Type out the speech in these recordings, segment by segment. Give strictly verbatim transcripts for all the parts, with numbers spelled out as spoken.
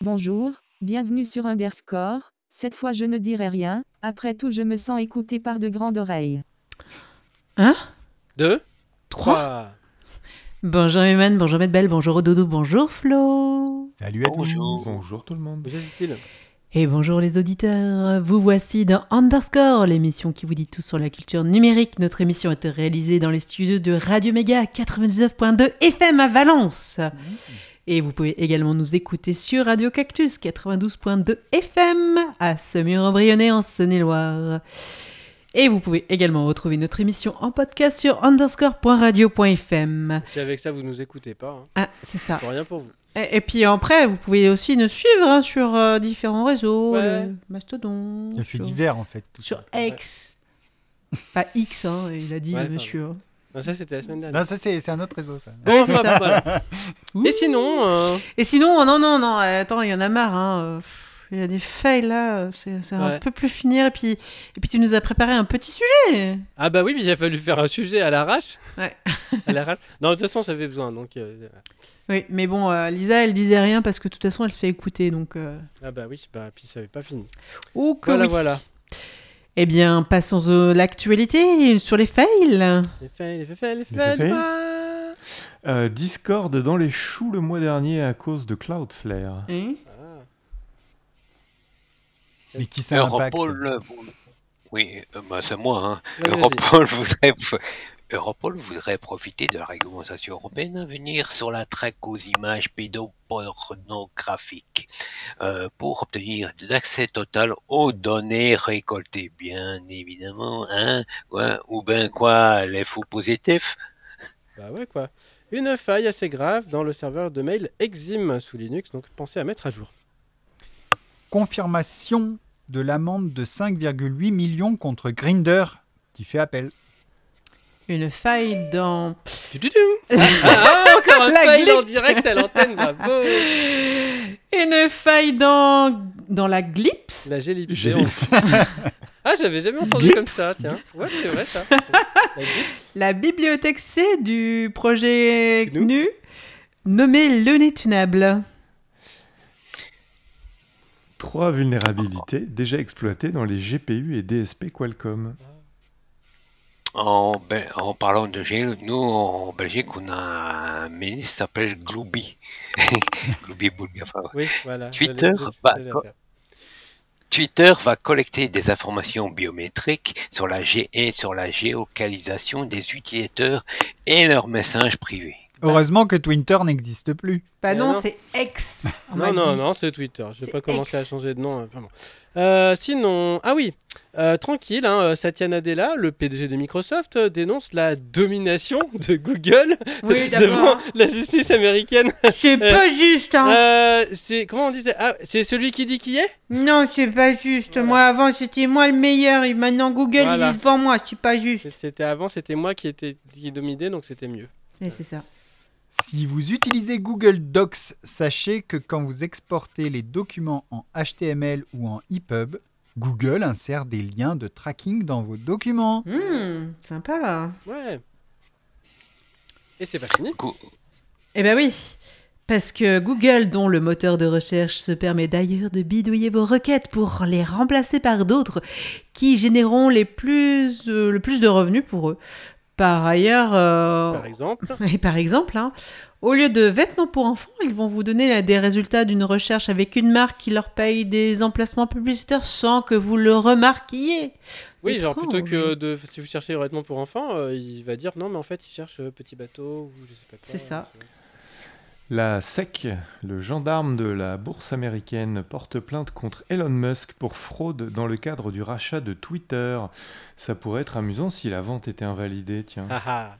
Bonjour, bienvenue sur Underscore. Cette fois je ne dirai rien, après tout je me sens écouté par de grandes oreilles. Un, deux, trois. trois. Bonjour Eman, bonjour Medbel, bonjour Doudou, bonjour Flo. Salut à Bonjour. tous. Bonjour tout le monde. Bonjour Cécile. Et bonjour les auditeurs, vous voici dans Underscore, l'émission qui vous dit tout sur la culture numérique. Notre émission est réalisée dans les studios de Radio Méga quatre-vingt-dix-neuf point deux F M à Valence. Mmh. Et vous pouvez également nous écouter sur Radio Cactus quatre-vingt-douze point deux F M à Semur-en-Brionnais en Saône-et-Loire. Et vous pouvez également retrouver notre émission en podcast sur underscore point radio point f m. Si avec ça vous nous écoutez pas, hein. Ah, c'est ça. C'est rien pour vous. Et, et puis après, vous pouvez aussi nous suivre hein, sur euh, différents réseaux, Ouais. le Mastodon. Il fait sur, divers en fait. tout sur ça. X. Pas X, hein, il a dit Ouais, le monsieur. hein. Non, ça c'était la semaine dernière. Non, ça c'est, c'est un autre réseau ça. Oui, c'est ça. Voilà. Et sinon, euh, Et sinon, oh, non, non, non, attends, il y en a marre. Hein. euh, Il y a des fails là, c'est, c'est un Ouais. peu plus finir. Et puis, et puis tu nous as préparé un petit sujet. ah bah oui, mais il a fallu faire un sujet à l'arrache. Ouais. à l'arrache. Non, de toute façon, ça fait besoin. Donc, euh, Oui, mais bon, euh, Lisa, elle disait rien parce que de toute façon, elle se fait écouter. Donc, euh... ah bah oui, bah puis ça avait pas fini. oh, que Voilà, oui. voilà. Eh bien, passons à l'actualité sur les fails. Les faits, les faits, les Les faits, faits. les faits. Euh, Discord dans les choux le mois dernier à cause de Cloudflare. Hein Ah. Mais qui ça impacte? Europol, vous- oui, euh, bah, c'est moi. Hein. Vas-y, vas-y. Europol voudrait, Europol voudrait profiter de la réglementation européenne à venir sur la traque aux images pédopornographiques euh, pour obtenir l'accès total aux données récoltées, bien évidemment. Hein, ouais, ou ben quoi, les faux positifs. Bah ouais quoi. Une faille assez grave dans le serveur de mail Exim sous Linux, donc pensez à mettre à jour. Confirmation de l'amende de cinq virgule huit millions contre Grindr qui fait appel. Une faille dans... Tududum. Ah, encore un La fail en glitch. direct à l'antenne, bravo. Une faille dans... Dans la glips. La Gélipse. J'ai Ah, j'avais jamais entendu Glips. comme ça, tiens. Ouais, c'est vrai ça. La Glips. La bibliothèque C du projet G N U. G N U, nommée Le Nez Tunable. Trois vulnérabilités déjà exploitées dans les G P U et D S P Qualcomm. En, Bel- en parlant de G, nous en Belgique, on a un ministre qui s'appelle Gloubi. Gloubi Boulgafa. ouais. Oui, voilà. Twitter, je l'ai- je bah, l'ai quoi. fait. Twitter va collecter des informations biométriques sur la, gé- et sur la géolocalisation des utilisateurs et leurs messages privés. Heureusement que Twitter n'existe plus. Bah Eh non, non. c'est X. on Non, m'a non, dit. non, c'est Twitter. Je vais C'est pas commencer X. à changer de nom. euh, vraiment. Euh, sinon, ah oui, euh, tranquille, hein, euh, Satya Nadella, le P D G de Microsoft, euh, dénonce la domination de Google Oui, devant d'accord. la justice américaine. C'est pas juste, hein. Euh, c'est comment on dit ah, c'est celui qui dit qui est. Non, c'est pas juste. Voilà. Moi, avant, c'était moi le meilleur. Et maintenant, Google, Voilà. il est devant moi. C'est pas juste. C'était avant, c'était moi qui était qui dominait, donc c'était mieux. Et c'est ça. Si vous utilisez Google Docs, sachez que quand vous exportez les documents en H T M L ou en E P U B, Google insère des liens de tracking dans vos documents. Hum, sympa. Ouais. Et c'est pas fini. Gou- Eh ben oui. Parce que Google, dont le moteur de recherche se permet d'ailleurs de bidouiller vos requêtes pour les remplacer par d'autres qui généreront les plus, euh, le plus de revenus pour eux. Par ailleurs, euh, Par exemple. et par exemple, hein, au lieu de vêtements pour enfants, ils vont vous donner là, des résultats d'une recherche avec une marque qui leur paye des emplacements publicitaires sans que vous le remarquiez. Oui, genre Étrange. plutôt que de si vous cherchez les vêtements pour enfants, euh, il va dire non mais en fait il cherche euh, petit bateau ou je sais pas quoi. C'est ça. La S E C, le gendarme de la bourse américaine, porte plainte contre Elon Musk pour fraude dans le cadre du rachat de Twitter. Ça pourrait être amusant si la vente était invalidée, tiens. Ah ah.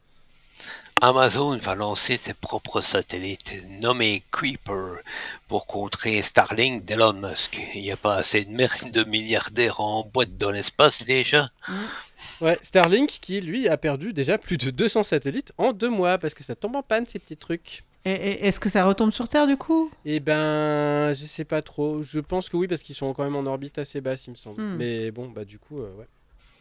Amazon va lancer ses propres satellites nommés Kuiper pour contrer Starlink d'Elon Musk. Il n'y a pas assez de, mer- de milliardaires en boîte dans l'espace déjà. Ouais, Starlink qui lui a perdu déjà plus de deux cents satellites en deux mois parce que ça tombe en panne ces petits trucs. Et, et- est-ce que ça retombe sur Terre du coup? Eh ben, je sais pas trop. Je pense que oui parce qu'ils sont quand même en orbite assez basse, il me semble. Hmm. Mais bon, bah du coup, euh, ouais.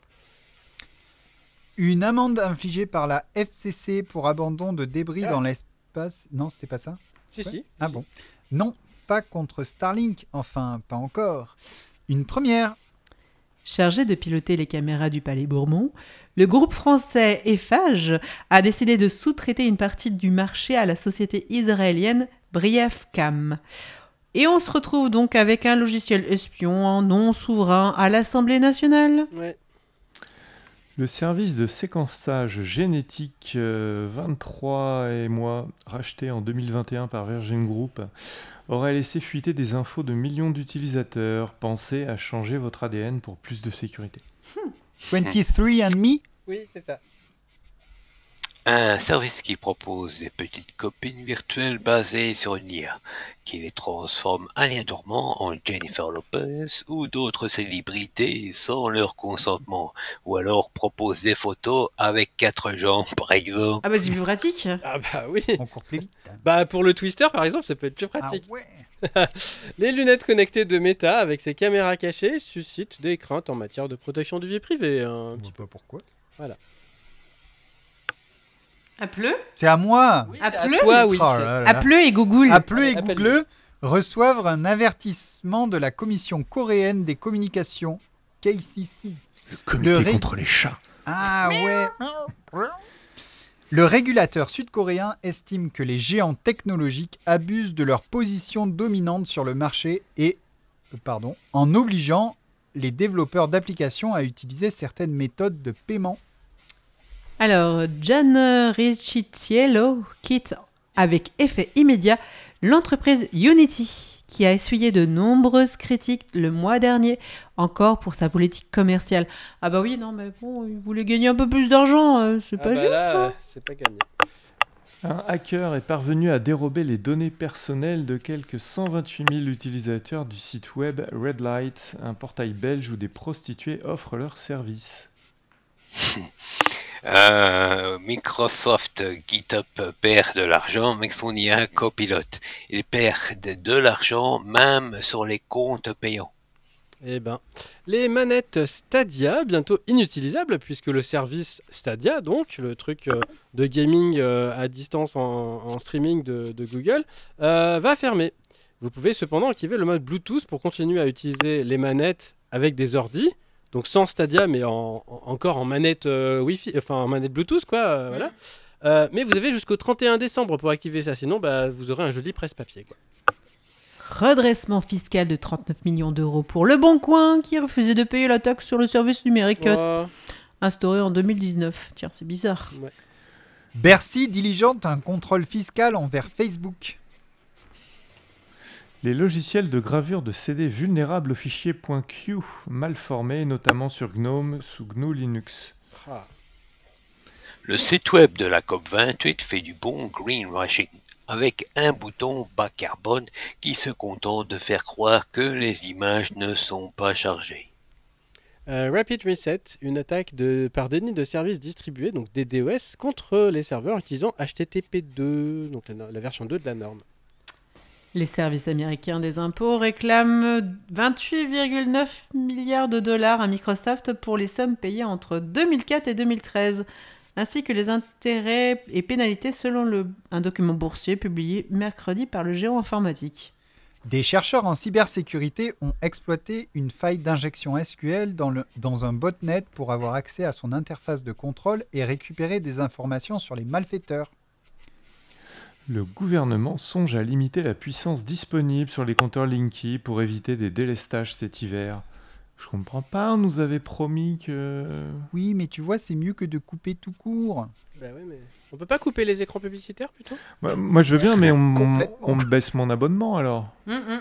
Une amende infligée par la F C C pour abandon de débris Ah. dans l'espace. Non, c'était pas ça? Si Ouais. si. Ah si. bon. Non, pas contre Starlink, enfin, pas encore. Une première. Chargé de piloter les caméras du Palais Bourbon, le groupe français Eiffage a décidé de sous-traiter une partie du marché à la société israélienne Briefcam. Et on se retrouve donc avec un logiciel espion non souverain à l'Assemblée nationale. Ouais. Le service de séquençage génétique euh, vingt-trois et moi, racheté en deux mille vingt et un par Virgin Group, aurait laissé fuiter des infos de millions d'utilisateurs. Pensez à changer votre A D N pour plus de sécurité. vingt-trois and me. Oui, c'est ça. Un service qui propose des petites copines virtuelles basées sur une I A, qui les transforme aléatoirement en Jennifer Lopez ou d'autres célébrités sans leur consentement, ou alors propose des photos avec quatre jambes par exemple. Ah bah c'est plus pratique. Ah bah oui. On court plus vite. Bah pour le Twister par exemple, ça peut être plus Ah pratique. ouais. Les lunettes connectées de Meta avec ses caméras cachées suscitent des craintes en matière de protection de vie privée. Hein. Je sais pas pourquoi. Apple, C'est à moi. Oui, Apple c'est à toi, oui. Oh c'est- là là. Apple et Google. Apple et Appelle-le. Google reçoivent un avertissement de la Commission coréenne des communications, K C C. Comité Le ré- contre les chats. Ah ouais. Le régulateur sud-coréen estime que les géants technologiques abusent de leur position dominante sur le marché et, euh, pardon, en obligeant les développeurs d'applications à utiliser certaines méthodes de paiement. Alors, John Riccitiello quitte avec effet immédiat l'entreprise Unity, qui a essuyé de nombreuses critiques le mois dernier, encore pour sa politique commerciale. Ah bah oui, non, mais bon, il voulait gagner un peu plus d'argent, euh, c'est Ah pas bah juste, là, quoi. euh, c'est pas gagné. Un hacker est parvenu à dérober les données personnelles de quelques cent vingt-huit mille utilisateurs du site web Redlight, un portail belge où des prostituées offrent leurs services. Euh, Microsoft GitHub perd de l'argent avec son I A Copilot. Il perd de, de l'argent même sur les comptes payants. Eh ben, les manettes Stadia, bientôt inutilisables, puisque le service Stadia, donc le truc euh, de gaming euh, à distance en, en streaming de, de Google, euh, va fermer. Vous pouvez cependant activer le mode Bluetooth pour continuer à utiliser les manettes avec des ordis, donc sans Stadia, mais en, en- encore en manette euh, Wi-Fi, enfin en manette Bluetooth, quoi, euh, voilà. Euh, mais vous avez jusqu'au trente et un décembre pour activer ça, sinon bah, vous aurez un joli presse-papier, quoi. Redressement fiscal de trente-neuf millions d'euros pour Le Bon Coin, qui refusait de payer la taxe sur le service numérique euh, Oh, instauré en deux mille dix-neuf. Tiens, c'est bizarre. ouais. Bercy diligente un contrôle fiscal envers Facebook. Les logiciels de gravure de C D vulnérables aux fichiers .q mal formés, notamment sur GNOME sous G N U Linux. Ah. Le site web de la COP vingt-huit fait du bon greenwashing, avec un bouton bas carbone qui se contente de faire croire que les images ne sont pas chargées. Euh, Rapid Reset, une attaque de, par déni de services distribués, donc des D O S, contre les serveurs utilisant H T T P deux, donc la, no- la version deux de la norme. Les services américains des impôts réclament vingt-huit virgule neuf milliards de dollars à Microsoft pour les sommes payées entre deux mille quatre et deux mille treize, ainsi que les intérêts et pénalités selon le, un document boursier publié mercredi par le géant informatique. Des chercheurs en cybersécurité ont exploité une faille d'injection S Q L dans, le, dans un botnet pour avoir accès à son interface de contrôle et récupérer des informations sur les malfaiteurs. Le gouvernement songe à limiter la puissance disponible sur les compteurs Linky pour éviter des délestages cet hiver. Je comprends pas, on nous avait promis que... Oui, mais tu vois, c'est mieux que de couper tout court. Bah ouais, mais on peut pas couper les écrans publicitaires plutôt? Moi, moi, je veux bien, mais on, Complètement. on me baisse mon abonnement alors.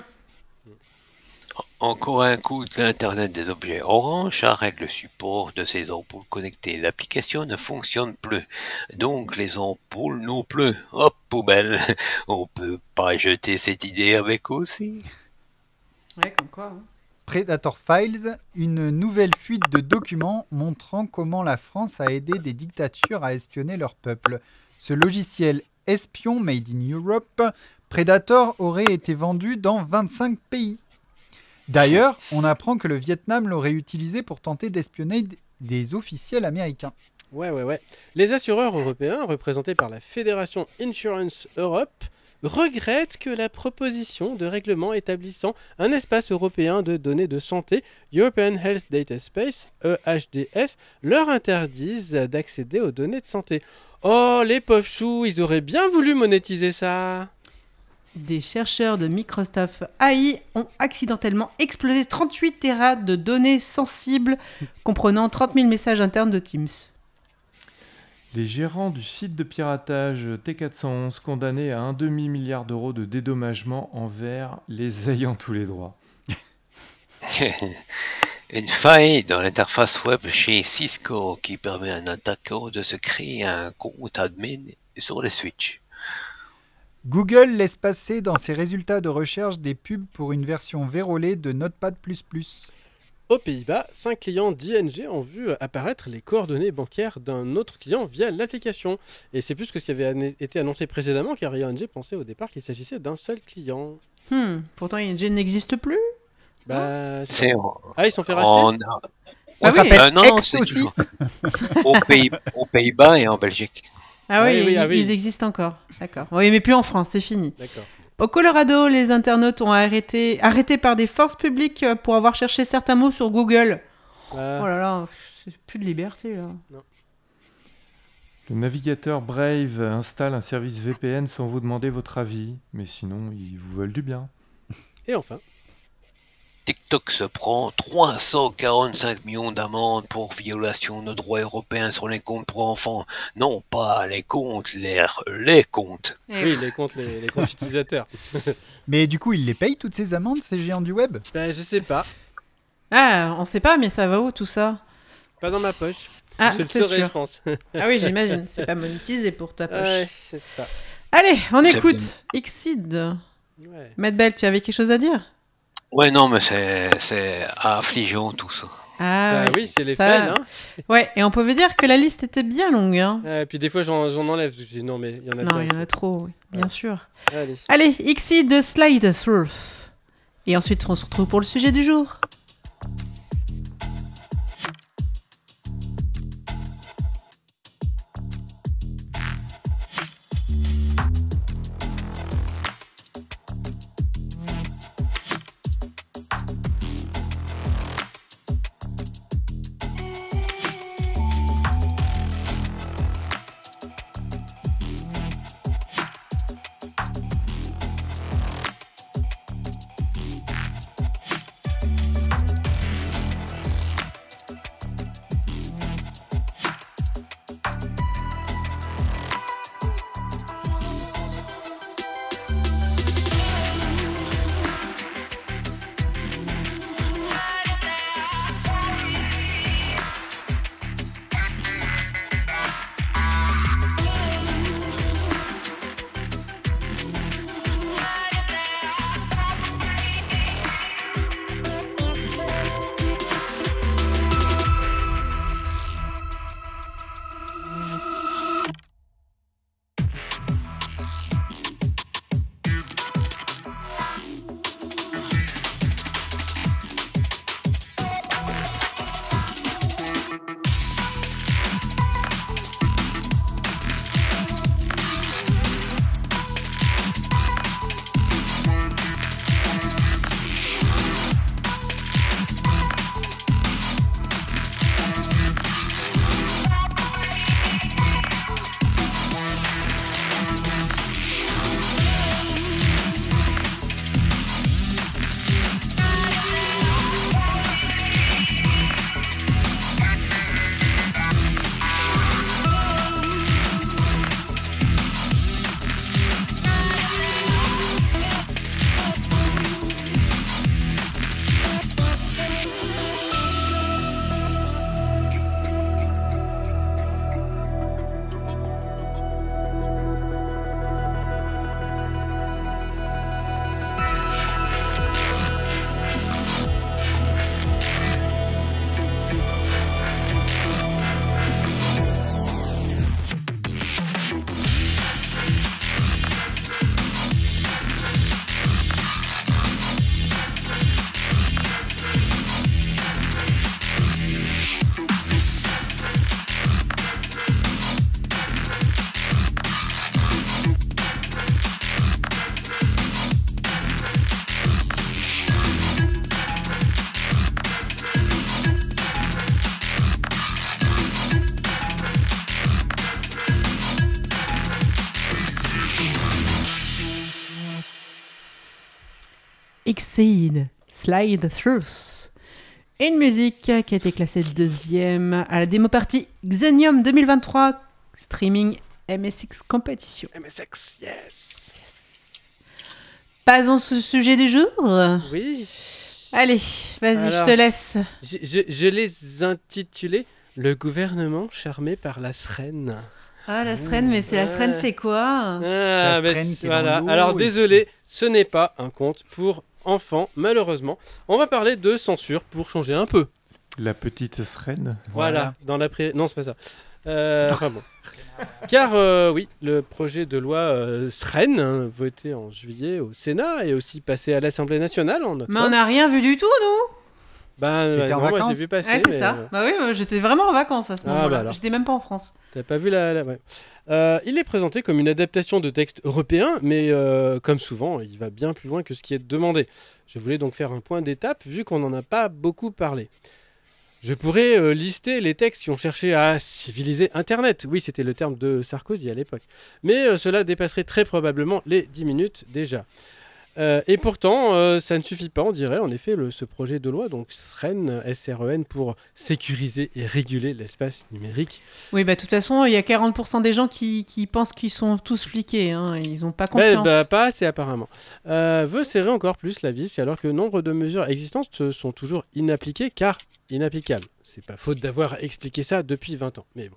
Encore un coup de l'Internet des objets. Orange arrête le support de ses ampoules connectées. L'application ne fonctionne plus. Donc les ampoules non plus. Hop, poubelle. On peut pas jeter cette idée avec aussi. Ouais, comme quoi. hein. Predator Files, une nouvelle fuite de documents montrant comment la France a aidé des dictatures à espionner leur peuple. Ce logiciel espion made in Europe, Predator aurait été vendu dans vingt-cinq pays. D'ailleurs, on apprend que le Vietnam l'aurait utilisé pour tenter d'espionner d- des officiels américains. Ouais, ouais, ouais. Les assureurs européens, représentés par la Fédération Insurance Europe, regrette que la proposition de règlement établissant un espace européen de données de santé, European Health Data Space, E H D S, leur interdise d'accéder aux données de santé. Oh, les pauvres choux, ils auraient bien voulu monétiser ça. Des chercheurs de Microsoft A I ont accidentellement explosé trente-huit téras de données sensibles comprenant trente mille messages internes de Teams. Les gérants du site de piratage T quatre cent onze condamnés à un demi-milliard d'euros de dédommagement envers les ayants tous les droits. Une faille dans l'interface web chez Cisco qui permet à un attaquant de se créer un compte admin sur le switch. Google laisse passer dans ses résultats de recherche des pubs pour une version vérolée de Notepad plus plus. Aux Pays-Bas, cinq clients d'I N G ont vu apparaître les coordonnées bancaires d'un autre client via l'application. Et c'est plus que ce qui avait an- été annoncé précédemment, car I N G pensait au départ qu'il s'agissait d'un seul client. Hmm, pourtant I N G n'existe plus. Bah, c'est C'est pas- en... Ah, ils se sont fait racheter en- Ah On oui. s'appelle Euh, non, X c'est aussi. toujours- aux, Pays... aux Pays-Bas et en Belgique. Ah oui, Oui, oui, ils, ah oui. ils existent encore. D'accord. Oui, mais plus en France, c'est fini. D'accord. Au Colorado, les internautes ont arrêté, arrêtés par des forces publiques pour avoir cherché certains mots sur Google. Ah, Oh là là, c'est plus de liberté là. Le navigateur Brave installe un service V P N sans vous demander votre avis, mais sinon ils vous veulent du bien. Et enfin, TikTok se prend trois cent quarante-cinq millions d'amendes pour violation de droits européens sur les comptes pour enfants. Non, pas les comptes, les, les comptes. oui, les comptes, les, les comptes utilisateurs. Mais du coup, ils les payent toutes ces amendes, ces géants du web? Bah, je sais pas. Ah, on sait pas, mais ça va où tout ça? Pas dans ma poche. Ah, je le c'est saurais, sûr. je pense. Ah oui, j'imagine. C'est pas monétisé pour ta poche. Ouais, c'est ça. Allez, on C'est écoute. Exceed. Ouais. Matt Bell, tu avais quelque chose à dire? Ouais, non, mais c'est, c'est affligeant tout ça. Ah Bah oui. oui, c'est les ça- fails, hein. Ouais, et on pouvait dire que la liste était bien longue. Hein. Euh, puis des fois, j'en, j'en enlève. Je dis non, mais il y en a Non, trop. il y en a c'est- trop, oui, bien Ouais. sûr. Allez. Allez, Exceed de Slide Through. Et ensuite, on se retrouve pour le sujet du jour. Exceed, Slide Through. Et une musique qui a été classée deuxième à la démo partie Xenium deux mille vingt-trois, streaming M S X Competition. M S X, yes. Yes. Passons au sujet du jour. Oui. Allez, vas-y, Alors, je te laisse. Je, je, je les intitulais Le gouvernement charmé par la sirène. Ah, la sirène, mais c'est la sirène, c'est quoi? Ah, la ben, sirène qui est voilà. dans l'eau Alors et désolé, ce n'est pas un conte pour enfants, malheureusement. On va parler de censure pour changer un peu. La petite sirène. Voilà, Voilà. dans la pré... Non, c'est pas ça. Euh, enfin bon. Car euh, oui, le projet de loi euh, sirène, hein, voté en juillet au Sénat et aussi passé à l'Assemblée nationale en octobre. Mais on n'a rien vu du tout, nous. Bah, T'étais bah, en non, moi vacances j'ai vu passer. Ouais, c'est mais, ça. euh, Bah oui, moi, j'étais vraiment en vacances à ce Ah, moment-là. bah alors. J'étais même pas en France. T'as pas vu la... la- ouais. Euh, il est présenté comme une adaptation de texte européen, mais euh, comme souvent, il va bien plus loin que ce qui est demandé. Je voulais donc faire un point d'étape, vu qu'on n'en a pas beaucoup parlé. Je pourrais euh, lister les textes qui ont cherché à civiliser Internet. Oui, c'était le terme de Sarkozy à l'époque. Mais euh, cela dépasserait très probablement les dix minutes déjà. Euh, et pourtant, euh, ça ne suffit pas, on dirait, en effet, le, ce projet de loi, donc SREN, S R E N, pour sécuriser et réguler l'espace numérique. Oui, bah de toute façon, il y a quarante pour cent des gens qui, qui pensent qu'ils sont tous fliqués. Hein. Ils n'ont pas Mais, confiance. bah, pas assez apparemment. Euh, veut serrer encore plus la vis, alors que nombre de mesures existantes sont toujours inappliquées, car inapplicables. C'est pas faute d'avoir expliqué ça depuis vingt ans, mais bon.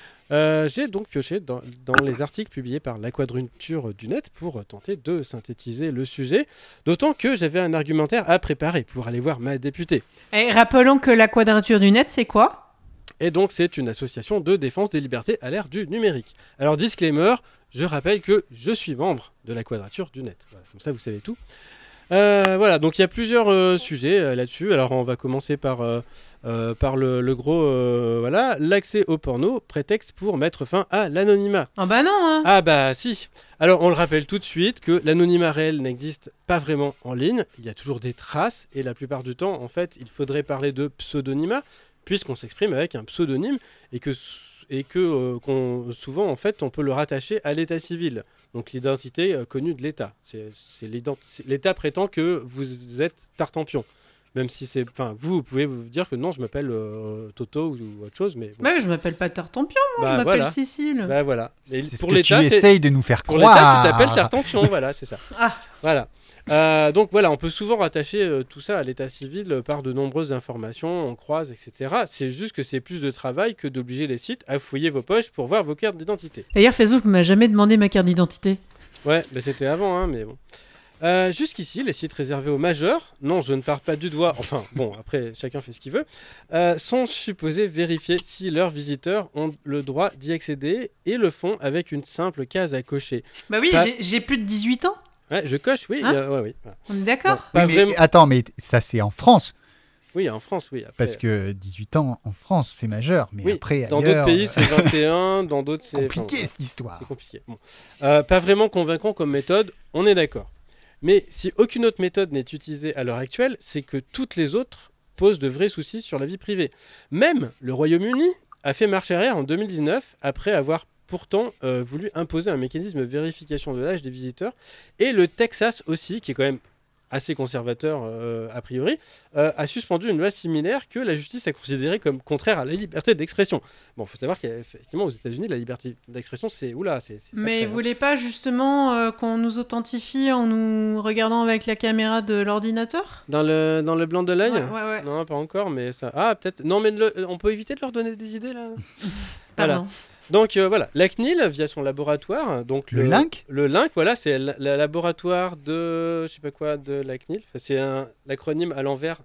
Euh, j'ai donc pioché dans, dans les articles publiés par la Quadrature du Net pour tenter de synthétiser le sujet, d'autant que j'avais un argumentaire à préparer pour aller voir ma députée. Et rappelons que la Quadrature du Net, c'est quoi? Et donc c'est une association de défense des libertés à l'ère du numérique. Alors disclaimer, je rappelle que je suis membre de la Quadrature du Net. Voilà, comme ça vous savez tout. Euh, voilà, donc il y a plusieurs euh, sujets euh, là-dessus. Alors on va commencer par, euh, euh, par le, le gros, euh, voilà, l'accès au porno, prétexte pour mettre fin à l'anonymat. Ah bah non, hein. Ah bah si. Alors on le rappelle tout de suite que l'anonymat réel n'existe pas vraiment en ligne. Il y a toujours des traces et la plupart du temps, en fait, il faudrait parler de pseudonymat puisqu'on s'exprime avec un pseudonyme et que et que euh, qu'on, souvent en fait on peut le rattacher à l'état civil. Donc l'identité euh, connue de l'État. C'est, c'est c'est, L'État prétend que vous êtes Tartampion. Même si c'est... Enfin, vous, vous pouvez vous dire que non, je m'appelle euh, Toto ou, ou autre chose, mais... Bon. Bah, je m'appelle pas Tartampion, moi, Bah, je m'appelle voilà. Cécile. Bah voilà. Et C'est ce pour que l'État, tu c'est... essayes de nous faire Pour croire. l'État, tu t'appelles Tartampion, voilà, c'est ça. Ah. Voilà. Euh, donc voilà, on peut souvent rattacher euh, tout ça à l'état civil euh, par de nombreuses informations, on croise, et cetera. C'est juste que c'est plus de travail que d'obliger les sites à fouiller vos poches pour voir vos cartes d'identité. D'ailleurs, Facebook m'a jamais demandé ma carte d'identité. Ouais, bah c'était avant, hein, mais bon. Euh, jusqu'ici, les sites réservés aux majeurs, non, je ne pars pas du doigt, enfin bon, après chacun fait ce qu'il veut, euh, sont supposés vérifier si leurs visiteurs ont le droit d'y accéder et le font avec une simple case à cocher. Bah oui, Pas- j'ai, j'ai plus de dix-huit ans. Ouais, je coche, oui, Hein euh, ouais, oui. Voilà. On est d'accord? Bon, pas Oui, mais vraiment- attends, mais ça c'est en France. Oui, en France, oui. Après, Parce que dix-huit ans en France, c'est majeur. Mais oui, après, dans ailleurs, d'autres pays, euh, c'est vingt et un, dans d'autres, c'est... enfin, compliqué ouais. cette histoire. C'est compliqué. Bon. Euh, pas vraiment convaincant comme méthode, on est d'accord. Mais si aucune autre méthode n'est utilisée à l'heure actuelle, c'est que toutes les autres posent de vrais soucis sur la vie privée. Même le Royaume-Uni a fait marche arrière en deux mille dix-neuf, après avoir pourtant euh, voulu imposer un mécanisme de vérification de l'âge des visiteurs. Et le Texas aussi, qui est quand même assez conservateur euh, a priori, euh, a suspendu une loi similaire que la justice a considérée comme contraire à la liberté d'expression. Bon, il faut savoir qu'effectivement aux États-Unis, la liberté d'expression, c'est oula, c'est, c'est Mais sacré, ils hein. voulaient pas justement euh, qu'on nous authentifie en nous regardant avec la caméra de l'ordinateur? Dans le, dans le blanc de l'œil Ouais, ouais, ouais. Non, pas encore, mais ça... Ah, peut-être... Non, mais le- on peut éviter de leur donner des idées, là. Voilà. Pardon. Donc, euh, voilà. La C N I L, via son laboratoire... Donc Le Link Le Link, voilà, c'est le laboratoire de... Je sais pas quoi, de la C N I L. Enfin, c'est un l'acronyme à l'envers.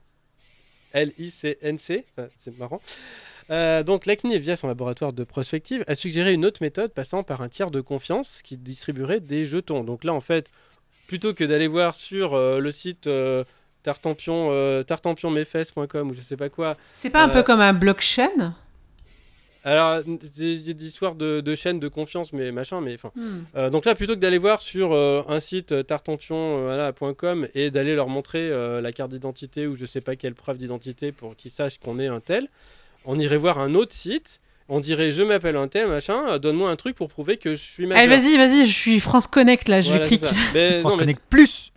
L I C N C. Enfin, c'est marrant. Euh, donc, la C N I L, via son laboratoire de prospective, a suggéré une autre méthode passant par un tiers de confiance qui distribuerait des jetons. Donc là, en fait, plutôt que d'aller voir sur euh, le site... Euh, Tartampion, euh, tartampionmesfesses point com ou je sais pas quoi. C'est pas un Euh, peu comme un blockchain? Alors, il y a des histoires de, de chaînes de confiance, mais machin, mais enfin. Hmm. Euh, donc là, plutôt que d'aller voir sur euh, un site euh, tartampion euh, voilà, point com et d'aller leur montrer euh, la carte d'identité ou je sais pas quelle preuve d'identité pour qu'ils sachent qu'on est un tel, on irait voir un autre site. On dirait je m'appelle un tel, machin, euh, donne-moi un truc pour prouver que je suis majeur. Allez, vas-y, vas-y, je suis France Connect là, je Voilà, clique. c'est ça. Mais, France non, mais Connect Plus. Bah,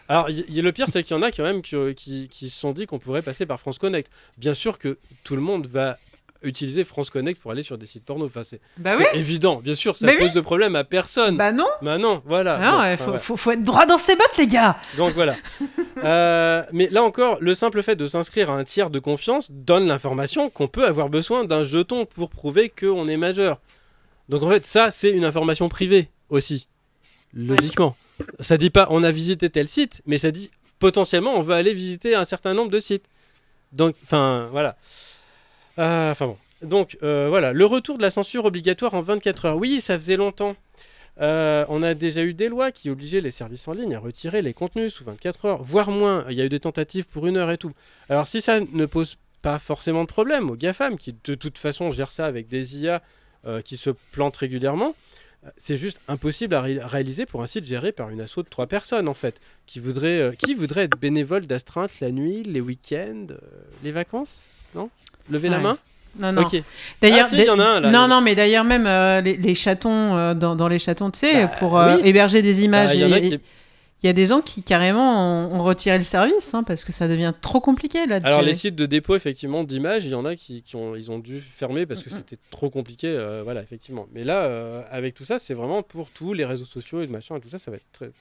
Alors, y- y- le pire, c'est qu'il y en a quand même qui, qui, qui se sont dit qu'on pourrait passer par France Connect. Bien sûr que tout le monde va utiliser France Connect pour aller sur des sites porno. Enfin, c'est Bah c'est oui. évident. Bien sûr, ça Bah pose de problème à personne. Bah non. Bah non, voilà. Ah non, Bon, il enfin, faut, voilà. faut, faut être droit dans ses bottes, les gars. Donc voilà. Euh, mais là encore, le simple fait de s'inscrire à un tiers de confiance donne l'information qu'on peut avoir besoin d'un jeton pour prouver qu'on est majeur. Donc en fait, ça, c'est une information privée aussi, logiquement. Ça dit pas on a visité tel site, mais ça dit potentiellement on va aller visiter un certain nombre de sites. Donc, enfin, voilà. Euh, Enfin bon. Donc euh, voilà, le retour de la censure obligatoire en vingt-quatre heures. Oui, ça faisait longtemps. Euh, on a déjà eu des lois qui obligeaient les services en ligne à retirer les contenus sous vingt-quatre heures, voire moins. Il y a eu des tentatives pour une heure et tout. Alors si ça ne pose pas forcément de problème aux GAFAM, qui de toute façon gèrent ça avec des I A euh, qui se plantent régulièrement, euh, c'est juste impossible à ré- réaliser pour un site géré par une asso de trois personnes en fait, qui voudrait, euh, qui voudrait être bénévole d'astreinte la nuit, les week-ends, euh, les vacances, non? Lever la Ouais. main. Non, non. Ok. D'ailleurs, Ah, si, il y en a un, là. non, non, mais d'ailleurs même euh, les, les chatons euh, dans, dans les chatons, tu sais, Bah, pour euh, oui. héberger des images, Bah, il y en a il qui- il y a des gens qui carrément ont, ont retiré le service hein, parce que ça devient trop compliqué là. de Alors gérer. les sites de dépôt effectivement d'images, il y en a qui, qui ont ils ont dû fermer parce que Mhm. c'était trop compliqué, euh, voilà effectivement. Mais là euh, avec tout ça, c'est vraiment pour tous les réseaux sociaux et de machin et tout ça, ça va être très.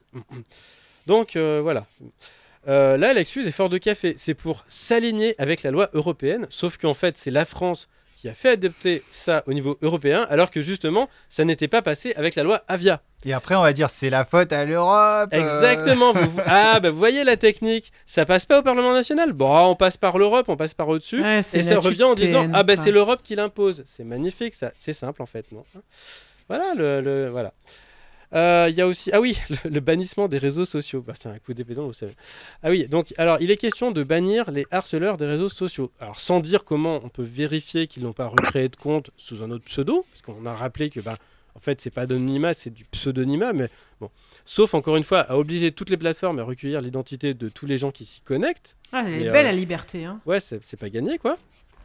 Donc euh, voilà. Euh, là l'excuse est fort de café, c'est pour s'aligner avec la loi européenne, sauf qu'en fait c'est la France qui a fait adopter ça au niveau européen, alors que justement ça n'était pas passé avec la loi Avia. Et après, on va dire c'est la faute à l'Europe. euh. Exactement. vous- Ah, bah vous voyez la technique. Ça passe pas au Parlement national. Bon, on passe par l'Europe, on passe par au-dessus. Ouais, c'est Et ça la revient en disant P N, ah bah quoi. c'est l'Europe qui l'impose. C'est magnifique ça. C'est simple en fait, non? Voilà le, le- voilà. Euh, Il y a aussi ah oui le, le bannissement des réseaux sociaux. Bah, c'est un coup d'épée dans, vous savez. Ah oui donc alors il est question de bannir les harceleurs des réseaux sociaux. Alors sans dire comment on peut vérifier qu'ils n'ont pas recréé de compte sous un autre pseudo, parce qu'on a rappelé que bah en fait c'est pas anonymat, c'est du pseudonymat, mais bon. Sauf encore une fois à obliger toutes les plateformes à recueillir l'identité de tous les gens qui s'y connectent. Ah, elle est Et, belle euh, la liberté. Hein. Ouais, c'est c'est pas gagné, quoi.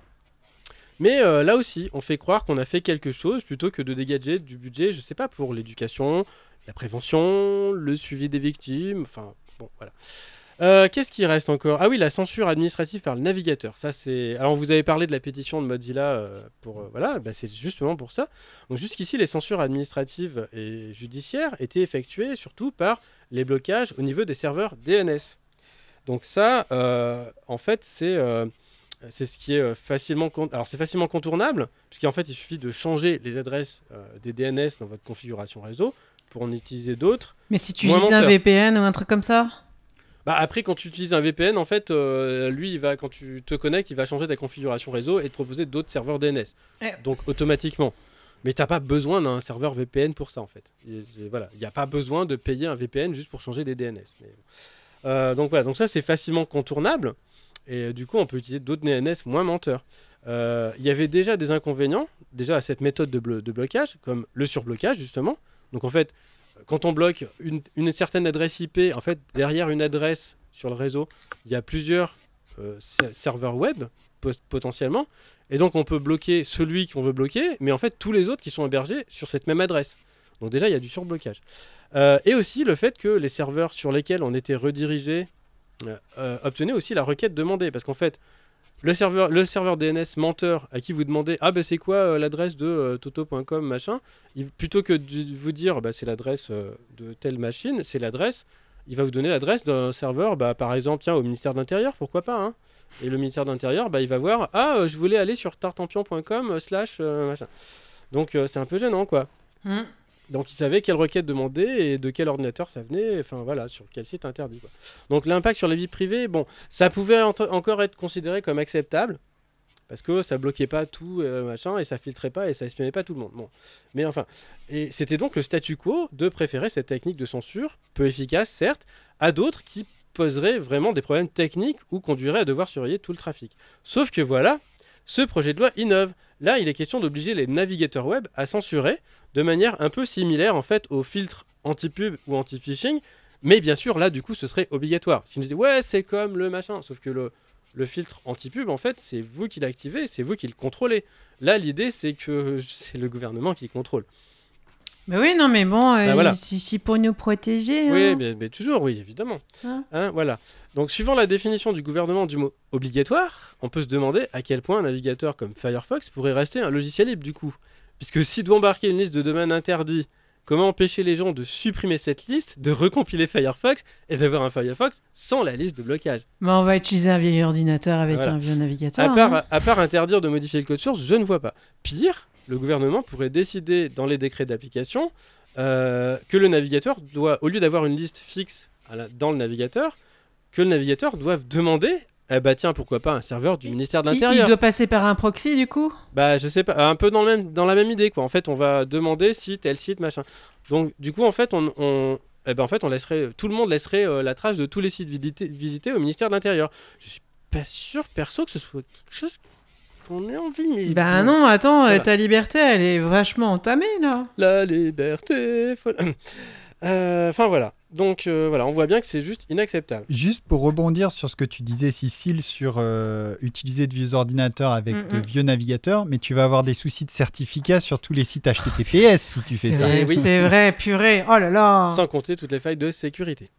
Mais euh, là aussi, on fait croire qu'on a fait quelque chose plutôt que de dégager du budget, je sais pas, pour l'éducation, la prévention, le suivi des victimes, enfin, bon, voilà. Euh, Qu'est-ce qui reste encore? Ah oui, la censure administrative par le navigateur. Ça, c'est. Alors, vous avez parlé de la pétition de Mozilla euh, pour. euh, voilà, bah, c'est justement pour ça. Donc, jusqu'ici, les censures administratives et judiciaires étaient effectuées surtout par les blocages au niveau des serveurs D N S. Donc, ça, euh, en fait, c'est. euh, c'est ce qui est euh, facilement con- alors c'est facilement contournable puisqu'en fait il suffit de changer les adresses euh, des D N S dans votre configuration réseau pour en utiliser d'autres. Mais si tu Moins utilises un menteur. V P N ou un truc comme ça. Bah après quand tu utilises un V P N en fait euh, lui il va quand tu te connectes il va changer ta configuration réseau et te proposer d'autres serveurs D N S. Ouais. Donc automatiquement. Mais t'as pas besoin d'un serveur V P N pour ça en fait. Et- et voilà, il n'y a pas besoin de payer un V P N juste pour changer des D N S. Mais, euh, donc voilà, donc ça c'est facilement contournable. Et euh, du coup, on peut utiliser d'autres D N S moins menteurs. Euh, Il y avait déjà des inconvénients déjà à cette méthode de, blo- de blocage, comme le surblocage justement. Donc en fait, quand on bloque une, une certaine adresse I P, en fait, derrière une adresse sur le réseau, il y a plusieurs euh, ser- serveurs web pot- potentiellement. Et donc on peut bloquer celui qu'on veut bloquer, mais en fait tous les autres qui sont hébergés sur cette même adresse. Donc déjà, il y a du surblocage. Euh, et aussi le fait que les serveurs sur lesquels on était redirigé euh, euh, obtenez aussi la requête demandée parce qu'en fait le serveur, le serveur D N S menteur à qui vous demandez ah bah c'est quoi euh, l'adresse de euh, toto point com machin, il- plutôt que de vous dire bah c'est l'adresse euh, de telle machine, c'est l'adresse, il va vous donner l'adresse d'un serveur bah par exemple tiens au ministère de l'Intérieur, pourquoi pas hein. Et le ministère de l'Intérieur bah il va voir ah euh, je voulais aller sur tartampion point com euh, slash euh, machin, donc euh, c'est un peu gênant quoi. Hmm. Donc, ils savaient quelle requête demander et de quel ordinateur ça venait, enfin voilà, sur quel site interdit. Quoi. Donc, l'impact sur la vie privée, bon, ça pouvait ent- encore être considéré comme acceptable parce que ça bloquait pas tout, euh, machin, et ça filtrait pas et ça espionnait pas tout le monde. Bon. Mais enfin, et c'était donc le statu quo de préférer cette technique de censure, peu efficace certes, à d'autres qui poseraient vraiment des problèmes techniques ou conduiraient à devoir surveiller tout le trafic. Sauf que voilà, ce projet de loi innove. Là, il est question d'obliger les navigateurs web à censurer de manière un peu similaire en fait aux filtres anti-pub ou anti-phishing, mais bien sûr là du coup ce serait obligatoire. Si on disait ouais c'est comme le machin, sauf que le, le filtre anti-pub en fait c'est vous qui l'activez, c'est vous qui le contrôlez. Là l'idée c'est que c'est le gouvernement qui contrôle. Mais oui, non, mais bon, euh, Bah, voilà. si, si pour nous protéger. Oui, hein. mais, mais toujours, oui, évidemment. Hein Hein, voilà. Donc, suivant la définition du gouvernement du mot obligatoire, on peut se demander à quel point un navigateur comme Firefox pourrait rester un logiciel libre du coup. Puisque s'il doit embarquer une liste de domaines interdits, comment empêcher les gens de supprimer cette liste, de recompiler Firefox et d'avoir un Firefox sans la liste de blocage? Mais on va utiliser un vieil ordinateur avec Voilà. un vieux navigateur. À part, hein. à part interdire de modifier le code source, je ne vois pas. Pire, le gouvernement pourrait décider dans les décrets d'application euh, que le navigateur doit, au lieu d'avoir une liste fixe à la- dans le navigateur, que le navigateur doive demander, eh bah tiens, pourquoi pas un serveur du ministère de Il, il l'Intérieur. doit passer par un proxy, du coup. Bah je sais pas, un peu dans, le même, dans la même idée quoi. En fait, on va demander si tel site machin. Donc du coup en fait on, on eh ben, en fait on laisserait, tout le monde laisserait euh, la trace de tous les sites visités, visités au ministère de l'Intérieur. Je suis pas sûr perso que ce soit quelque chose qu'on ait envie. Mais Bah bon. non, attends, euh, Voilà. ta liberté, elle est vachement entamée, là. La liberté. folle. Euh, Enfin voilà. Donc euh, voilà, on voit bien que c'est juste inacceptable. Juste pour rebondir sur ce que tu disais, Cécile, sur euh, utiliser de vieux ordinateurs avec Mm, de mm. vieux navigateurs, mais tu vas avoir des soucis de certificat sur tous les sites H T T P S si tu fais C'est ça. vrai, Eh oui. c'est vrai, purée. Oh là là. Sans compter toutes les failles de sécurité.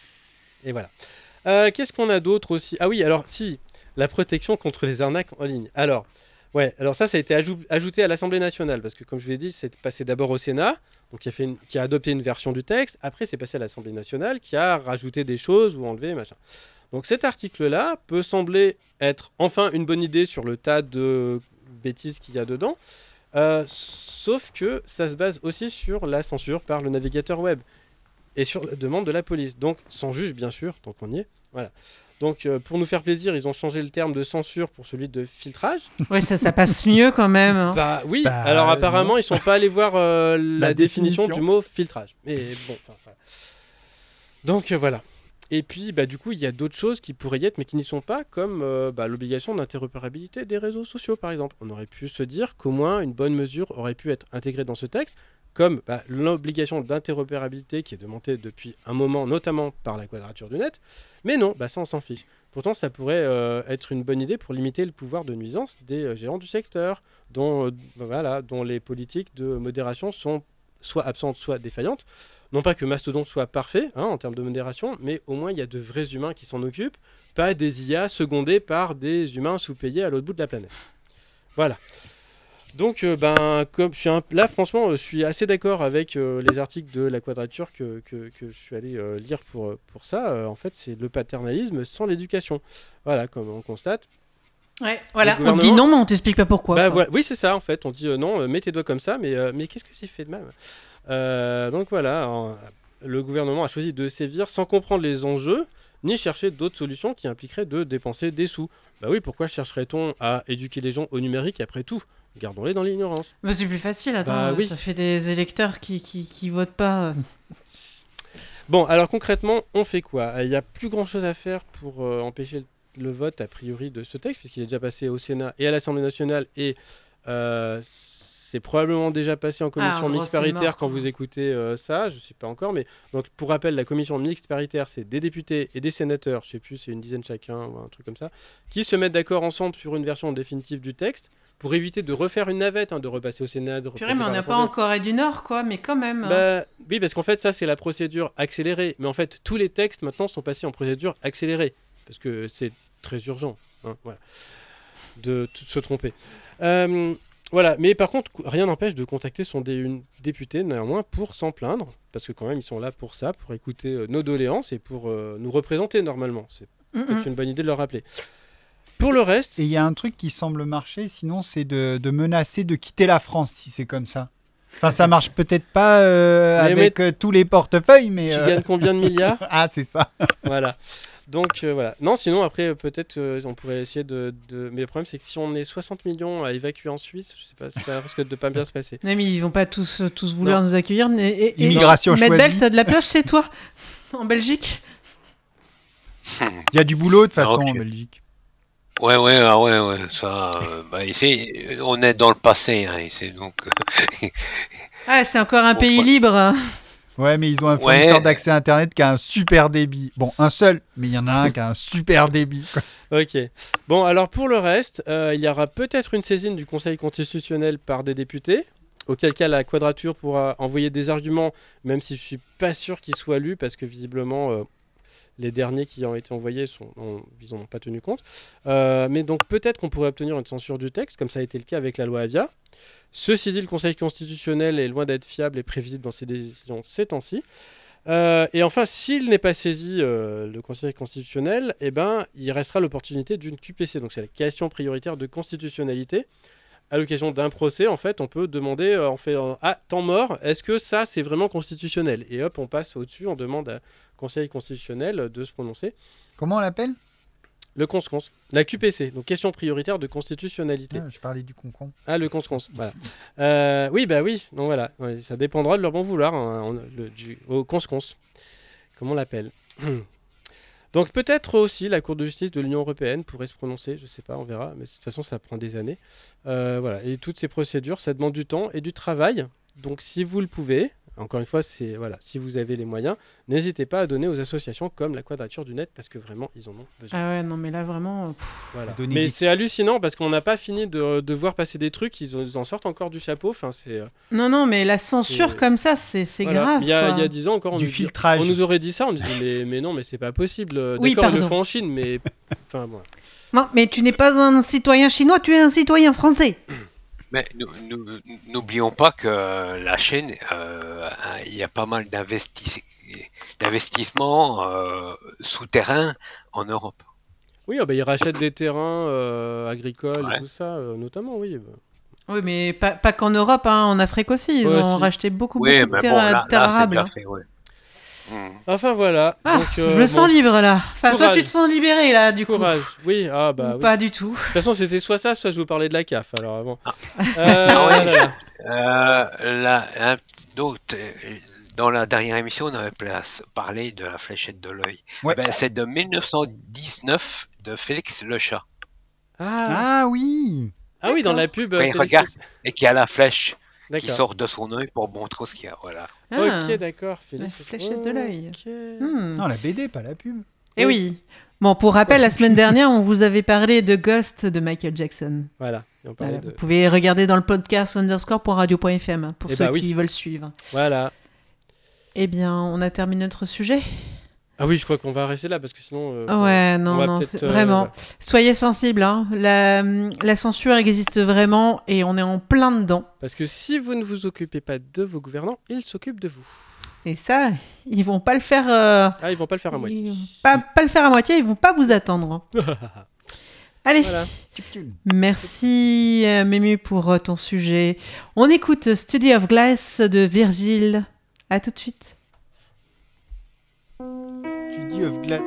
Et voilà. Euh, Qu'est-ce qu'on a d'autre aussi? Ah oui, alors si, la protection contre les arnaques en ligne. Alors, ouais, alors ça, ça a été ajou- ajouté à l'Assemblée nationale, parce que comme je vous l'ai dit, c'est passé d'abord au Sénat, donc qui a, fait une- qui a adopté une version du texte, après c'est passé à l'Assemblée nationale, qui a rajouté des choses ou enlevé, machin. Donc cet article-là peut sembler être enfin une bonne idée sur le tas de bêtises qu'il y a dedans, euh, sauf que ça se base aussi sur la censure par le navigateur web et sur la demande de la police. Donc, sans juge, bien sûr, tant qu'on y est. Voilà. Donc, euh, pour nous faire plaisir, ils ont changé le terme de censure pour celui de filtrage. Ouais, ça, ça passe mieux quand même. hein. Bah oui, Bah, alors apparemment, non. ils sont pas allés voir euh, la, La définition, définition. du mot filtrage. Mais bon, enfin, voilà. Donc, euh, voilà. Et puis, bah, du coup, il y a d'autres choses qui pourraient y être, mais qui n'y sont pas, comme euh, bah, l'obligation d'interopérabilité des réseaux sociaux, par exemple. On aurait pu se dire qu'au moins une bonne mesure aurait pu être intégrée dans ce texte, comme bah, l'obligation d'interopérabilité qui est demandée depuis un moment, notamment par la Quadrature du Net. Mais non, bah, ça, on s'en fiche. Pourtant, ça pourrait euh, être une bonne idée pour limiter le pouvoir de nuisance des euh, géants du secteur, dont, euh, bah, voilà, dont les politiques de modération sont soit absentes, soit défaillantes. Non pas que Mastodon soit parfait hein, en termes de modération, mais au moins il y a de vrais humains qui s'en occupent, pas des I A secondés par des humains sous-payés à l'autre bout de la planète. Voilà. Donc, euh, ben, comme je suis un... là, franchement, euh, je suis assez d'accord avec euh, les articles de la Quadrature que, que, que je suis allé euh, lire pour, pour ça. Euh, en fait, c'est le paternalisme sans l'éducation. Voilà, comme on constate. Ouais, voilà. Le On te dit gouvernement- non, mais on t'explique pas pourquoi. Bah, quoi. voilà. Oui, c'est ça, en fait. On dit euh, non, euh, mets tes doigts comme ça, mais, euh, mais qu'est-ce que j'ai fait de mal Euh, Donc voilà, en- le gouvernement a choisi de sévir sans comprendre les enjeux, ni chercher d'autres solutions qui impliqueraient de dépenser des sous. Bah oui, pourquoi chercherait-on à éduquer les gens au numérique après tout? Gardons-les dans l'ignorance. Mais c'est plus facile, attends. Bah euh, oui. Ça fait des électeurs qui, qui, qui votent pas. euh. Bon, alors concrètement, on fait quoi? Il n'y a plus grand-chose à faire pour euh, empêcher le, le vote, a priori, de ce texte, puisqu'il est déjà passé au Sénat et à l'Assemblée nationale, et euh, c'est probablement déjà passé en commission en gros, mixte c'est paritaire mort, quand quoi. vous écoutez euh, ça, je ne sais pas encore, mais donc pour rappel, la commission mixte paritaire, c'est des députés et des sénateurs, je ne sais plus, c'est une dizaine chacun, ou un truc comme ça, qui se mettent d'accord ensemble sur une version définitive du texte, pour éviter de refaire une navette, hein, de repasser au Sénat, de repasser Purée, mais on par n'a pas l'Assemblée. en Corée du Nord, quoi, mais quand même. hein. Bah, oui, parce qu'en fait, ça, c'est la procédure accélérée. Mais en fait, tous les textes, maintenant, sont passés en procédure accélérée. Parce que c'est très urgent, hein, voilà, de t- se tromper. Euh, voilà, mais par contre, cou- rien n'empêche de contacter son dé- une députée, néanmoins, pour s'en plaindre. Parce que quand même, ils sont là pour ça, pour écouter euh, nos doléances et pour euh, nous représenter, normalement. C'est Mm, peut-être mm. une bonne idée de le rappeler. Pour le reste... Et il y a un truc qui semble marcher, sinon c'est de, de menacer de quitter la France si c'est comme ça. Enfin, ça marche peut-être pas euh, Mais avec euh, tous les portefeuilles, mais... Tu euh, gagnes combien de milliards? Ah, c'est ça. Voilà. Donc euh, voilà. Non, sinon après euh, peut-être euh, on pourrait essayer de, de. Mais le problème c'est que si on est soixante millions à évacuer en Suisse, je sais pas, ça risque de pas bien se passer. Non, mais ils vont pas tous, tous vouloir nous accueillir. Et, et, et- Immigration Medbel, choisie. t'as de la place chez toi en Belgique? Il y a du boulot de toute façon Ah, ok. en Belgique. Ouais, ouais, ah ouais, ouais, ça. euh, bah, ici, on est dans le passé, hein, ici, donc. euh, Ah, c'est encore un Bon, pays ouais. libre. hein. Ouais, mais ils ont un Ouais. fournisseur d'accès Internet qui a un super débit. Bon, un seul, mais il y en a un qui a un super débit. quoi. Ok. Bon, alors pour le reste, euh, il y aura peut-être une saisine du Conseil constitutionnel par des députés. Auquel cas, la quadrature pourra envoyer des arguments, même si je suis pas sûr qu'ils soient lus, parce que visiblement, euh, les derniers qui ont été envoyés, sont, on, ils n'en ont pas tenu compte. Euh, mais donc, peut-être qu'on pourrait obtenir une censure du texte, comme ça a été le cas avec la loi Avia. Ceci dit, le Conseil constitutionnel est loin d'être fiable et prévisible dans ses décisions ces temps-ci. Euh, et enfin, s'il n'est pas saisi, euh, le Conseil constitutionnel, eh ben, il restera l'opportunité d'une Q P C. Donc, c'est la question prioritaire de constitutionnalité. À l'occasion d'un procès, en fait, on peut demander, euh, on fait euh, ah, temps mort, est-ce que ça, c'est vraiment constitutionnel? Et hop, on passe au-dessus, on demande au Conseil constitutionnel de se prononcer. Comment on l'appelle? Le cons-cons, la Q P C, donc question prioritaire de constitutionnalité. Ah, je parlais du concon. Ah, le cons-cons, voilà. Euh, oui, bah oui, donc voilà, ouais, ça dépendra de leur bon vouloir, hein, on- le, du, au cons-cons, comme on l'appelle. Donc peut-être aussi la Cour de justice de l'Union européenne pourrait se prononcer, je sais pas, on verra, mais de toute façon ça prend des années. Euh, voilà, et toutes ces procédures, ça demande du temps et du travail. Donc si vous le pouvez, encore une fois, c'est voilà, si vous avez les moyens, n'hésitez pas à donner aux associations comme la Quadrature du Net parce que vraiment ils en ont besoin. Ah ouais, non, mais là vraiment. euh, pff, Voilà. donner Mais des- c'est hallucinant parce qu'on n'a pas fini de, de voir passer des trucs, ils, ont- ils en sortent encore du chapeau. Enfin, c'est euh, Non, non, mais la censure C'est- comme ça, c'est c'est voilà. grave. Il y a, quoi. il y a dix ans encore, on Du nous, dit- filtrage. on nous aurait dit ça, on nous dit mais, mais non, mais c'est pas possible. Oui, D'accord, ils le pardon. font en Chine, mais enfin bon. Non, mais tu n'es pas un citoyen chinois, tu es un citoyen français. Mais nous- nous- n'oublions pas que la Chine, euh, il y a pas mal d'investis- d'investissements euh, souterrains en Europe. Oui, ah bah, ils rachètent des terrains euh, agricoles Ouais. et tout ça, euh, notamment, oui. bah. Oui, mais pas, pas qu'en Europe, hein, en Afrique aussi. Ils Ouais, ont si. racheté beaucoup, Oui, beaucoup de mais terres, bon, là, terres là, c'est arables. bien hein. fait, ouais. Hmm. Enfin voilà. Ah, donc, euh, je me bon, sens libre là. Enfin, toi, Courage. tu te sens libéré là, du Courage. Oui, ah coup. bah Ou oui. Pas du tout. De toute façon, c'était soit ça, soit je vous parlais de la C A F. Alors avant. Euh, Ah ouais. là, là. Euh, là, un autre, euh, dans la dernière émission, on avait place- parlé de la fléchette de l'œil. Ouais. Ben, c'est de mille neuf cent dix-neuf de Félix le chat. Ah. Ah oui. Ah oui, dans la pub. Quand euh, il Félix- regarde et qu'il y a la flèche qui D'accord. sort de son œil pour montrer ce qu'il y a. Voilà. Ah. Ok, d'accord. Félix. La fléchette de l'œil. Ok. Hmm. Non, la B D, pas la pub. Eh oui. Bon, pour rappel, la semaine dernière, on vous avait parlé de Ghost de Michael Jackson. Voilà. Et on parlait Voilà, de... Vous pouvez regarder dans le podcast underscore point radio point f m hein, pour Eh ceux bah oui. qui veulent suivre. Voilà. Eh bien, on a terminé notre sujet. Ah oui, je crois qu'on va rester là parce que sinon. euh, enfin, Ouais, on non, va non, peut-être, c'est- euh, vraiment. voilà. Soyez sensibles. Hein. La, la censure existe vraiment et on est en plein dedans. Parce que si vous ne vous occupez pas de vos gouvernants, ils s'occupent de vous. Et ça, ils vont pas le faire. euh, Ah, ils vont pas le faire à moitié. ils vont Pas, pas le faire à moitié. Ils vont pas vous attendre. Allez. Voilà. Tchip-tchul. Merci euh, Mému pour euh, ton sujet. On écoute Study of Glass de Virgile. À tout de suite. Tu dis of glace.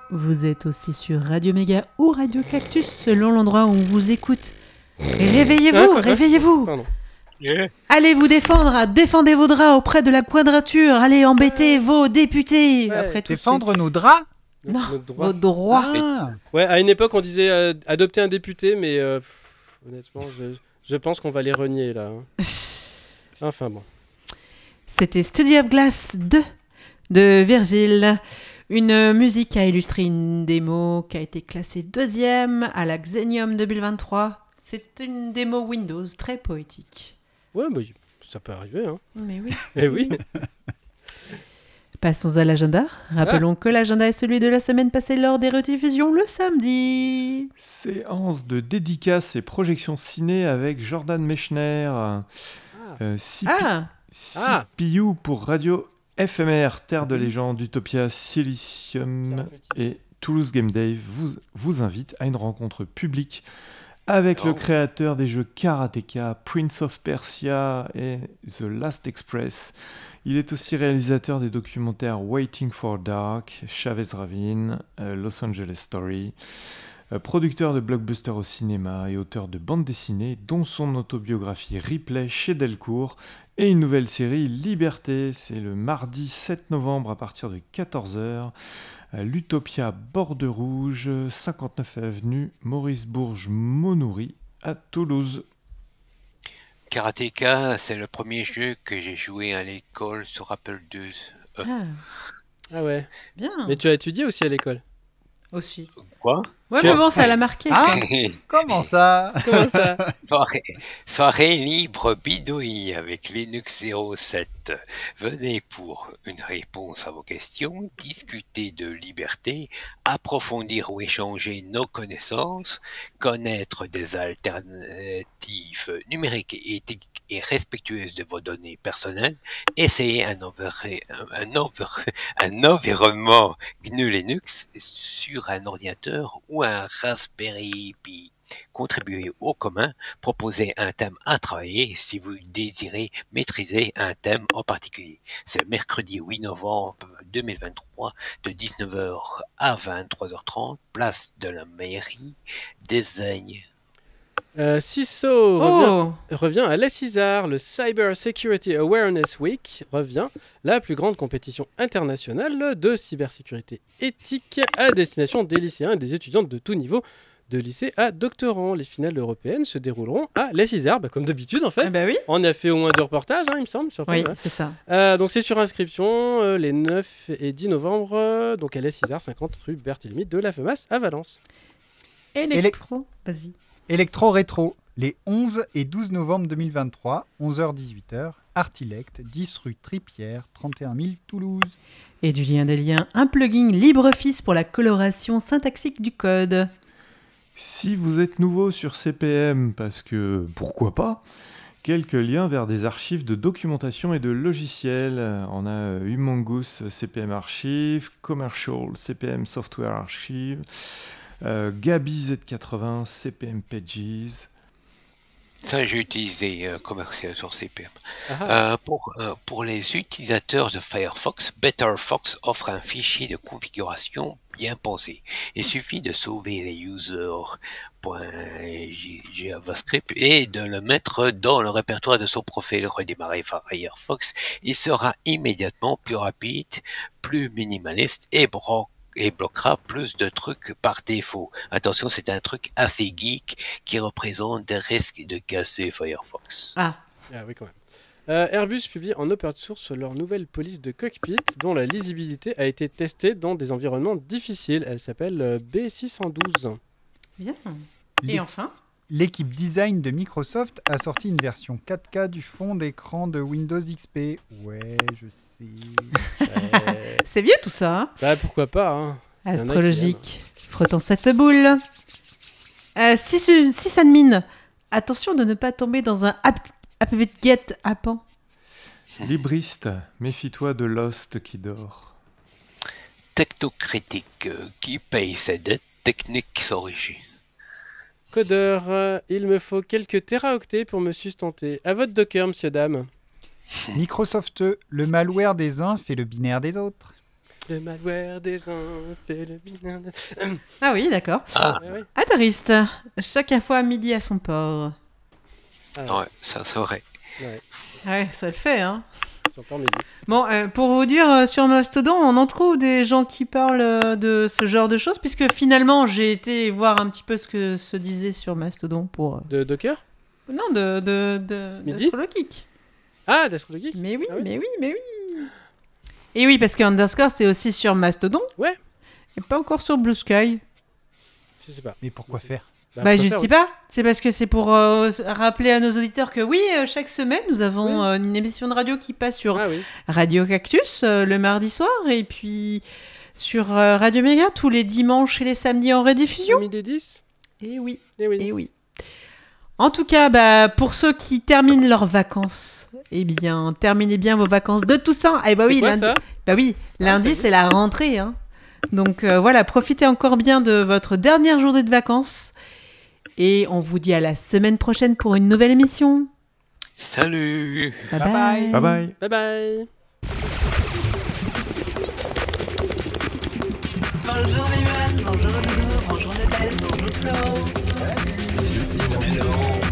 Vous êtes aussi sur Radio Méga ou Radio Cactus selon l'endroit où on vous écoute. Réveillez-vous, Ah, quoi, réveillez-vous. Pardon. Allez vous défendre, défendez vos draps auprès de la quadrature. Allez embêtez vos députés. Ouais. Après tout, Défendre nos draps c'est- non, Notre droit. vos droits. Ah, Ouais, à une époque, on disait euh, adopter un député, mais euh, pff, honnêtement, je, je pense qu'on va les renier là. hein. Enfin bon. C'était Study of Glass deux de Virgile. Une musique qui a illustré une démo qui a été classée deuxième à la Xenium deux mille vingt-trois. C'est une démo Windows très poétique. Ouais, bah, ça peut arriver. Hein. Mais oui. Eh oui. Passons à l'agenda. Rappelons que l'agenda est celui de la semaine passée lors des rediffusions le samedi. Séance de dédicaces et projections ciné avec Jordan Mechner. Euh, C P Ah, Ah. C P U pour Radio F M R, Terre de légende, Utopia, Silicium et Toulouse Game Day vous, vous invite à une rencontre publique avec le Oh. créateur des jeux Karateka, Prince of Persia et The Last Express. Il est aussi réalisateur des documentaires Waiting for Dark, Chavez Ravine, euh, Los Angeles Story, euh, producteur de blockbusters au cinéma et auteur de bandes dessinées, dont son autobiographie Replay chez Delcourt, et une nouvelle série Liberté. C'est le mardi sept novembre à partir de quatorze heures à l'Utopia Borde Rouge, cinquante-neuf avenue Maurice Bourges Monoury à Toulouse. Karateka, c'est le premier jeu que j'ai joué à l'école sur Apple deux. Euh, ah, Ah ouais. bien. Mais tu as étudié aussi à l'école. Aussi. Quoi Ouais, Tu mais as- bon, ça l'a marqué. Ah. quoi. comment ça Comment ça? Soirée, soirée libre bidouille avec Linux zéro sept. Venez pour une réponse à vos questions, discuter de liberté, approfondir ou échanger nos connaissances, connaître des alternatives numériques et éthiques et respectueuses de vos données personnelles, essayer un, enver- un, enver- un environnement G N U Linux sur un ordinateur ou un Raspberry Pi. Contribuer au commun, proposer un thème à travailler si vous désirez maîtriser un thème en particulier. C'est le mercredi huit novembre deux mille vingt-trois de dix-neuf heures à vingt-trois heures trente, place de la mairie d'Aigne. Euh, C I S O revient, Oh, revient à l'A C I S A R, le Cyber Security Awareness Week revient, la plus grande compétition internationale de cybersécurité éthique à destination des lycéens et des étudiants de tout niveau, de lycée à doctorant. Les finales européennes se dérouleront à l'A C I S A R, bah, comme d'habitude en fait. ah bah oui. On a fait au moins deux reportages, hein, il me semble. Sur Oui, Paris, c'est ça. Euh, donc c'est sur inscription euh, les neuf et dix novembre, euh, donc à l'A C I S A R, cinquante rue Berthélemy de la Femas à Valence. Électro, vas-y. Electro Rétro, les onze et douze novembre deux mille vingt-trois, onze heures dix-huit heures, Artilect, dix rue Tripière, trente et un mille Toulouse. Et du lien des liens, un plugin LibreOffice pour la coloration syntaxique du code. Si vous êtes nouveau sur C P M, parce que pourquoi pas, quelques liens vers des archives de documentation et de logiciels. On a euh, Humongoose C P M Archive, Commercial C P M Software Archive, euh, Gabi Z quatre-vingts C P M Pages. Ça, j'ai utilisé euh, commercial sur C P M. Ah ah. Euh, pour, euh, pour les utilisateurs de Firefox, BetterFox offre un fichier de configuration bien pensé. Il suffit de sauver les users.javascript et de le mettre dans le répertoire de son profil. Redémarrer Firefox, il sera immédiatement plus rapide, plus minimaliste et bro- et bloquera plus de trucs par défaut. Attention, c'est un truc assez geek qui représente des risques de casser Firefox. Ah, Ah oui, quand même. Euh, Airbus publie en open source leur nouvelle police de cockpit dont la lisibilité a été testée dans des environnements difficiles. Elle s'appelle euh, B six cent douze. bien. Et L'é- enfin, L'équipe design de Microsoft a sorti une version quatre K du fond d'écran de Windows X P. Ouais, je sais. Euh, c'est vieux tout ça, hein. bah pourquoi pas, hein. y en a qui Astrologique. Frottons cette boule. Euh, si, ce- si ça ne mine, attention de ne pas tomber dans un apt- apt-get appant. Libriste, méfie-toi de Lost qui dort. Technocritique euh, qui paye ses dettes, technique qui s'enrichit. Codeur, euh, il me faut quelques téraoctets pour me sustenter. À votre docker, monsieur, dame. Microsoft, le malware des uns fait le binaire des autres. Le malware des uns fait le bien. Ah oui, d'accord. Ah, Ouais, ouais. Atariste, chaque fois midi à son port. Ah, ouais, ça saurait. ouais. Ouais, ça le fait, hein. C'est encore midi. Bon, euh, pour vous dire, euh, sur Mastodon, on en trouve des gens qui parlent euh, de ce genre de choses, puisque finalement, j'ai été voir un petit peu ce que se disait sur Mastodon pour... euh, De Docker? Non, de... de, de Midi d'Astrologeek. Ah, d'Astro Geek? Mais oui, Ah oui mais oui, mais oui. Et oui, parce que Underscore, c'est aussi sur Mastodon. Ouais. Et pas encore sur Blue Sky. Je sais pas. Mais pourquoi faire? Bah, faut je faire, sais oui. pas. C'est parce que c'est pour euh, rappeler à nos auditeurs que oui, euh, chaque semaine, nous avons Oui. euh, une émission de radio qui passe sur Ah oui. Radio Cactus euh, le mardi soir et puis sur euh, Radio Méga tous les dimanches et les samedis en rediffusion. Midi dix? Et oui, Eh oui. et oui. En tout cas, bah, pour ceux qui terminent leurs vacances, eh bien, terminez bien vos vacances de Toussaint. Eh bah C'est oui, quoi lundi, ça? bah oui, lundi ça y est. c'est la rentrée. Hein. Donc euh, voilà, profitez encore bien de votre dernière journée de vacances. Et on vous dit à la semaine prochaine pour une nouvelle émission. Salut! Bye Bye bye. bye. Bye bye. Bye bye. Bonjour Emmanuel, bonjour Loulou, bonjour Nathalie, bonjour Flo. Hello.